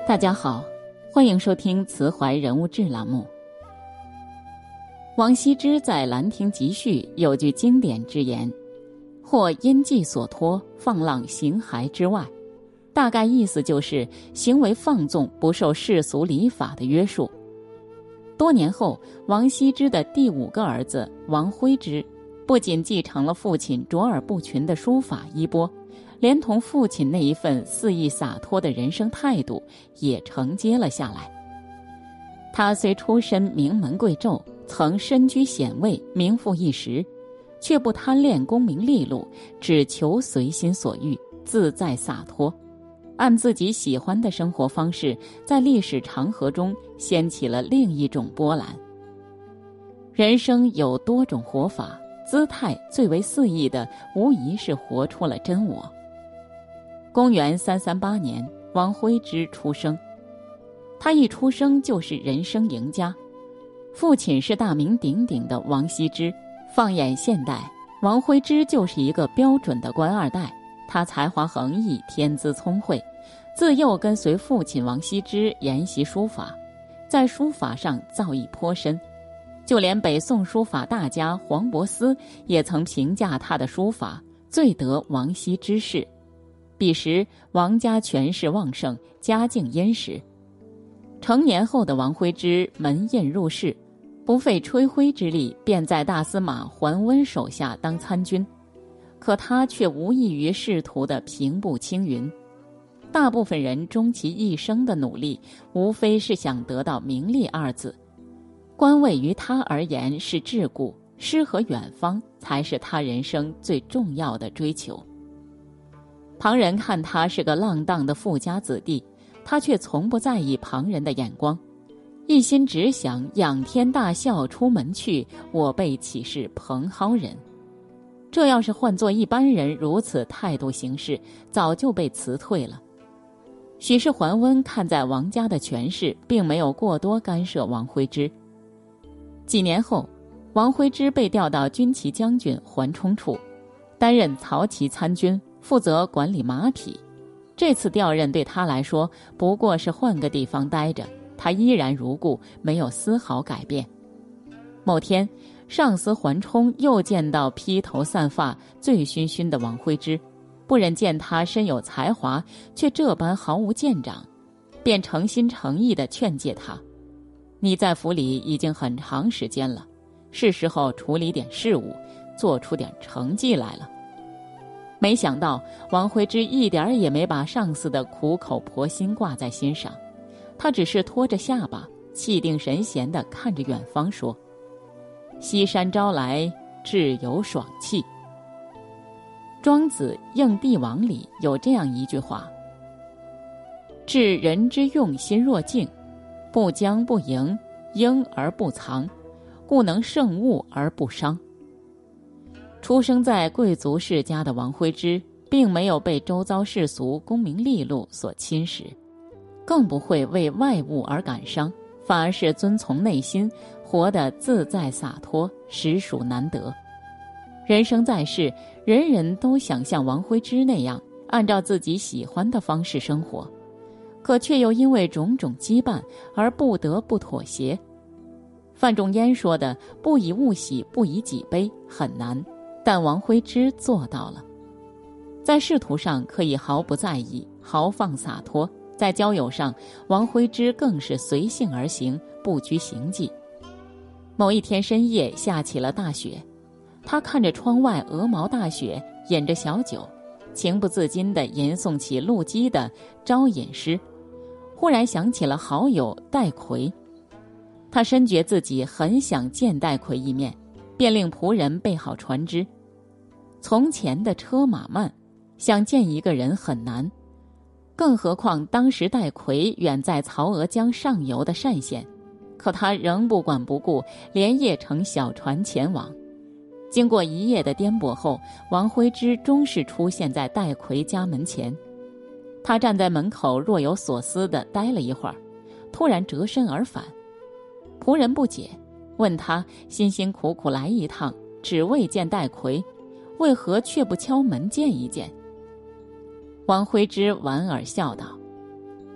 大家好，欢迎收听慈怀人物志栏目。王羲之在《兰亭集序》有句经典之言，或因计所托，放浪形骸之外，大概意思就是行为放纵，不受世俗礼法的约束。多年后，王羲之的第5个儿子王徽之不仅继承了父亲卓尔不群的书法衣钵，连同父亲那一份肆意洒脱的人生态度也承接了下来。他虽出身名门贵胄，曾身居显位，名副一时，却不贪恋功名利禄，只求随心所欲，自在洒脱，按自己喜欢的生活方式，在历史长河中掀起了另一种波澜。人生有多种活法，姿态最为肆意的，无疑是活出了真我。公元338年，王徽之出生。他一出生就是人生赢家，父亲是大名鼎鼎的王羲之。放眼现代，王徽之就是一个标准的官二代。他才华横溢，天资聪慧，自幼跟随父亲王羲之研习书法，在书法上造诣颇深。就连北宋书法大家黄伯思也曾评价他的书法最得王羲之势。彼时王家权势旺盛，家境殷实。成年后的王徽之门印入仕，不费吹灰之力，便在大司马桓温手下当参军。可他却无异于仕途的平步青云。大部分人终其一生的努力，无非是想得到名利二字。官位于他而言是桎梏，诗和远方才是他人生最重要的追求。旁人看他是个浪荡的富家子弟，他却从不在意旁人的眼光，一心只想仰天大笑出门去，我辈岂是蓬蒿人。这要是换作一般人如此态度行事，早就被辞退了。许是桓温看在王家的权势，并没有过多干涉王徽之。几年后，王徽之被调到军骑将军桓冲处，担任曹骑参军，负责管理马匹。这次调任对他来说不过是换个地方待着，他依然如故，没有丝毫改变。某天，上司桓冲又见到披头散发、醉醺醺的王徽之，不忍见他身有才华，却这般毫无见长，便诚心诚意地劝诫他：你在府里已经很长时间了，是时候处理点事务，做出点成绩来了。没想到王徽之一点也没把上司的苦口婆心挂在心上，他只是拖着下巴，气定神闲地看着远方说：西山朝来，志有爽气。庄子《应帝王》里有这样一句话：治人之用心若镜，不将不迎，应而不藏，故能胜物而不伤。出生在贵族世家的王徽之，并没有被周遭世俗功名利禄所侵蚀，更不会为外物而感伤，反而是遵从内心，活得自在洒脱，实属难得。人生在世，人人都想像王徽之那样，按照自己喜欢的方式生活，可却又因为种种羁绊而不得不妥协。范仲淹说的不以物喜，不以己悲很难，但王徽之做到了。在仕途上可以毫不在意，豪放洒脱，在交友上，王徽之更是随性而行，不拘形迹。某一天深夜下起了大雪，他看着窗外鹅毛大雪，饮着小酒，情不自禁地吟诵起陆机的招引诗，忽然想起了好友戴逵。他深觉自己很想见戴逵一面，便令仆人备好船只。从前的车马慢，想见一个人很难，更何况当时戴逵远在曹娥江上游的单县，可他仍不管不顾，连夜乘小船前往。经过一夜的颠簸后，王徽之终是出现在戴逵家门前。他站在门口若有所思地待了一会儿，突然折身而返。仆人不解，问他辛辛苦苦来一趟，只为见戴逵，为何却不敲门见一见？王徽之莞尔笑道：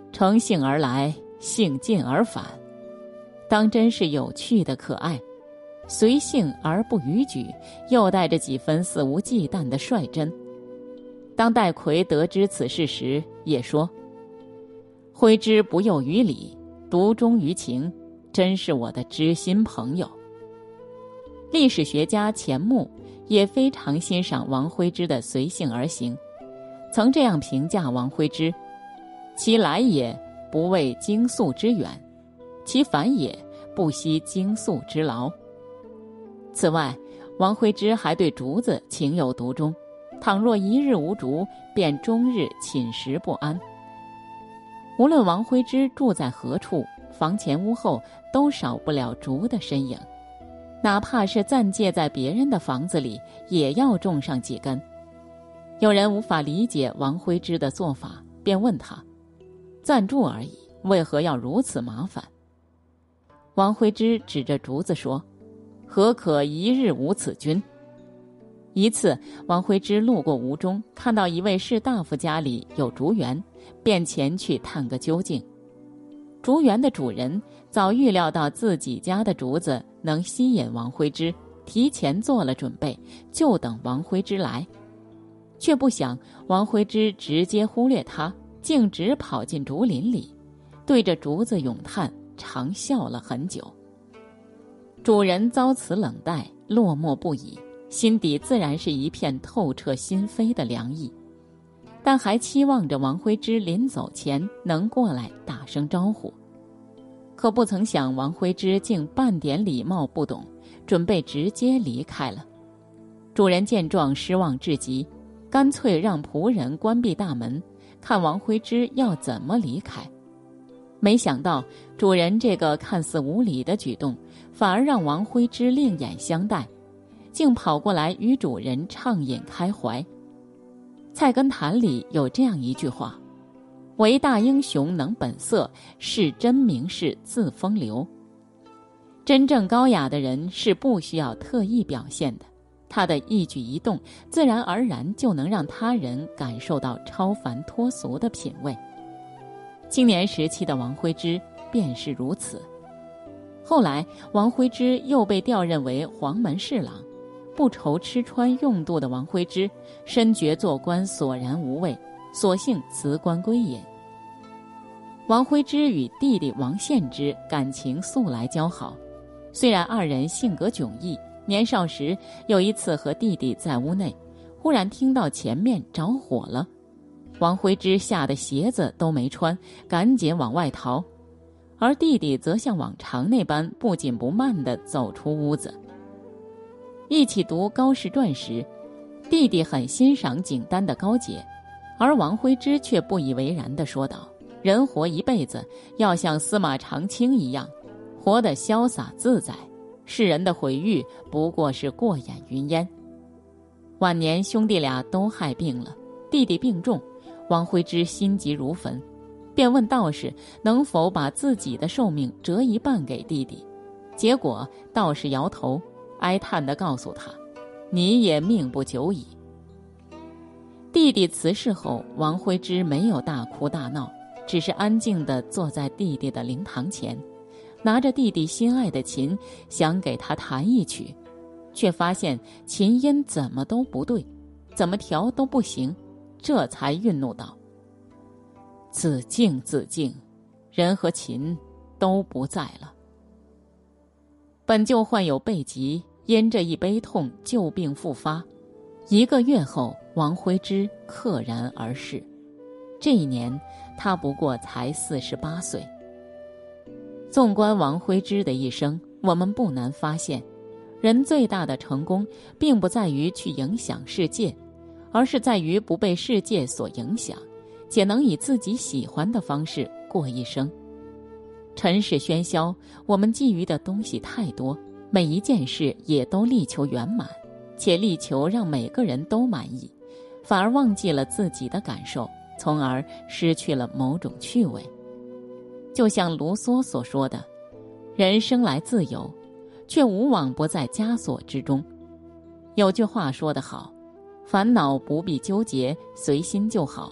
乘兴而来，兴尽而返，当真是有趣的可爱，随性而不逾矩，又带着几分肆无忌惮的率真。当戴逵得知此事时，也说：挥之不囿于礼，独钟于情，真是我的知心朋友。历史学家钱穆也非常欣赏王徽之的随性而行，曾这样评价王徽之：其来也，不畏经宿之远；其返也，不惜经宿之劳。此外，王徽之还对竹子情有独钟，倘若一日无竹，便终日寝食不安。无论王徽之住在何处，房前屋后都少不了竹的身影，哪怕是暂借在别人的房子里，也要种上几根。有人无法理解王徽之的做法，便问他：暂住而已，为何要如此麻烦？王徽之指着竹子说：何可一日无此君？一次，王徽之路过吴中，看到一位士大夫家里有竹园，便前去探个究竟。竹园的主人早预料到自己家的竹子能吸引王徽之，提前做了准备，就等王徽之来。却不想王徽之直接忽略他，径直跑进竹林里，对着竹子咏叹，长笑了很久。主人遭此冷待，落寞不已，心底自然是一片透彻心扉的凉意，但还期望着王徽之临走前能过来打声招呼。可不曾想王徽之竟半点礼貌不懂，准备直接离开了。主人见状失望至极，干脆让仆人关闭大门，看王徽之要怎么离开。没想到主人这个看似无礼的举动，反而让王徽之另眼相待，竟跑过来与主人畅饮开怀。菜根谭里有这样一句话：唯大英雄能本色，是真名士自风流。真正高雅的人是不需要特意表现的，他的一举一动自然而然就能让他人感受到超凡脱俗的品味。青年时期的王徽之便是如此。后来王徽之又被调任为黄门侍郎，不愁吃穿用度的王徽之深觉做官索然无味，索性辞官归隐。王徽之与弟弟王献之感情素来交好，虽然二人性格迥异，年少时有一次和弟弟在屋内，忽然听到前面着火了，王徽之吓得鞋子都没穿，赶紧往外逃，而弟弟则像往常那般不紧不慢地走出屋子。一起读《高士传》时，弟弟很欣赏景丹的高洁，而王徽之却不以为然地说道：人活一辈子要像司马长青一样，活得潇洒自在，世人的毁誉不过是过眼云烟。晚年兄弟俩都害病了，弟弟病重，王徽之心急如焚，便问道士能否把自己的寿命折一半给弟弟。结果道士摇头，哀叹地告诉他：你也命不久矣。弟弟辞世后，王徽之没有大哭大闹，只是安静地坐在弟弟的灵堂前，拿着弟弟心爱的琴，想给他弹一曲，却发现琴音怎么都不对，怎么调都不行，这才愠怒道：自敬自敬，人和琴都不在了。本就患有背疾，因这一悲痛旧病复发，1个月后王徽之溘然而逝。这一年他不过才48岁。纵观王徽之的一生，我们不难发现，人最大的成功并不在于去影响世界，而是在于不被世界所影响，且能以自己喜欢的方式过一生。尘世喧嚣，我们觊觎的东西太多，每一件事也都力求圆满，且力求让每个人都满意，反而忘记了自己的感受，从而失去了某种趣味。就像卢梭所说的，人生来自由，却无往不在枷锁之中。有句话说得好，烦恼不必纠结，随心就好，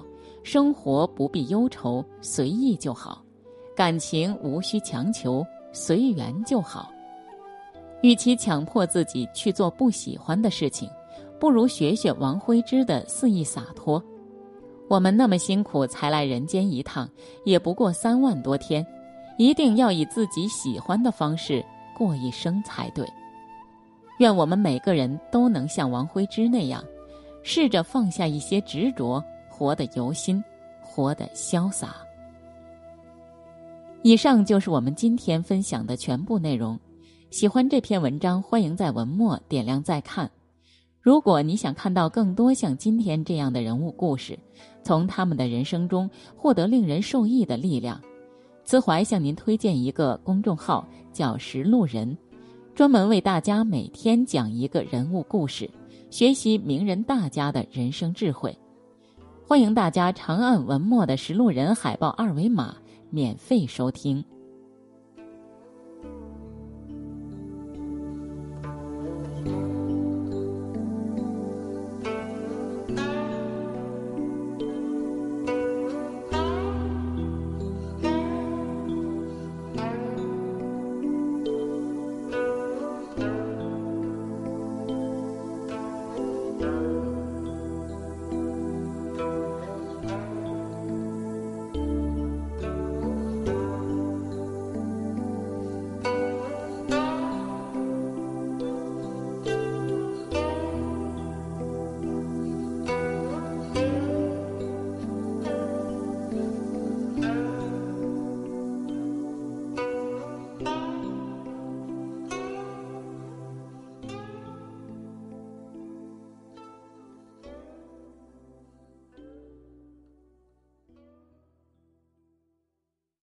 生活不必忧愁，随意就好；感情无需强求，随缘就好。与其强迫自己去做不喜欢的事情，不如学学王徽之的肆意洒脱。我们那么辛苦才来人间一趟，也不过3万多天，一定要以自己喜欢的方式过一生才对。愿我们每个人都能像王徽之那样，试着放下一些执着，活得由心，活得潇洒。以上就是我们今天分享的全部内容。喜欢这篇文章，欢迎在文末点亮再看。如果你想看到更多像今天这样的人物故事，从他们的人生中获得令人受益的力量，慈怀向您推荐一个公众号，叫识路人，专门为大家每天讲一个人物故事，学习名人大家的人生智慧。欢迎大家长按文末的识路人海报2维码免费收听。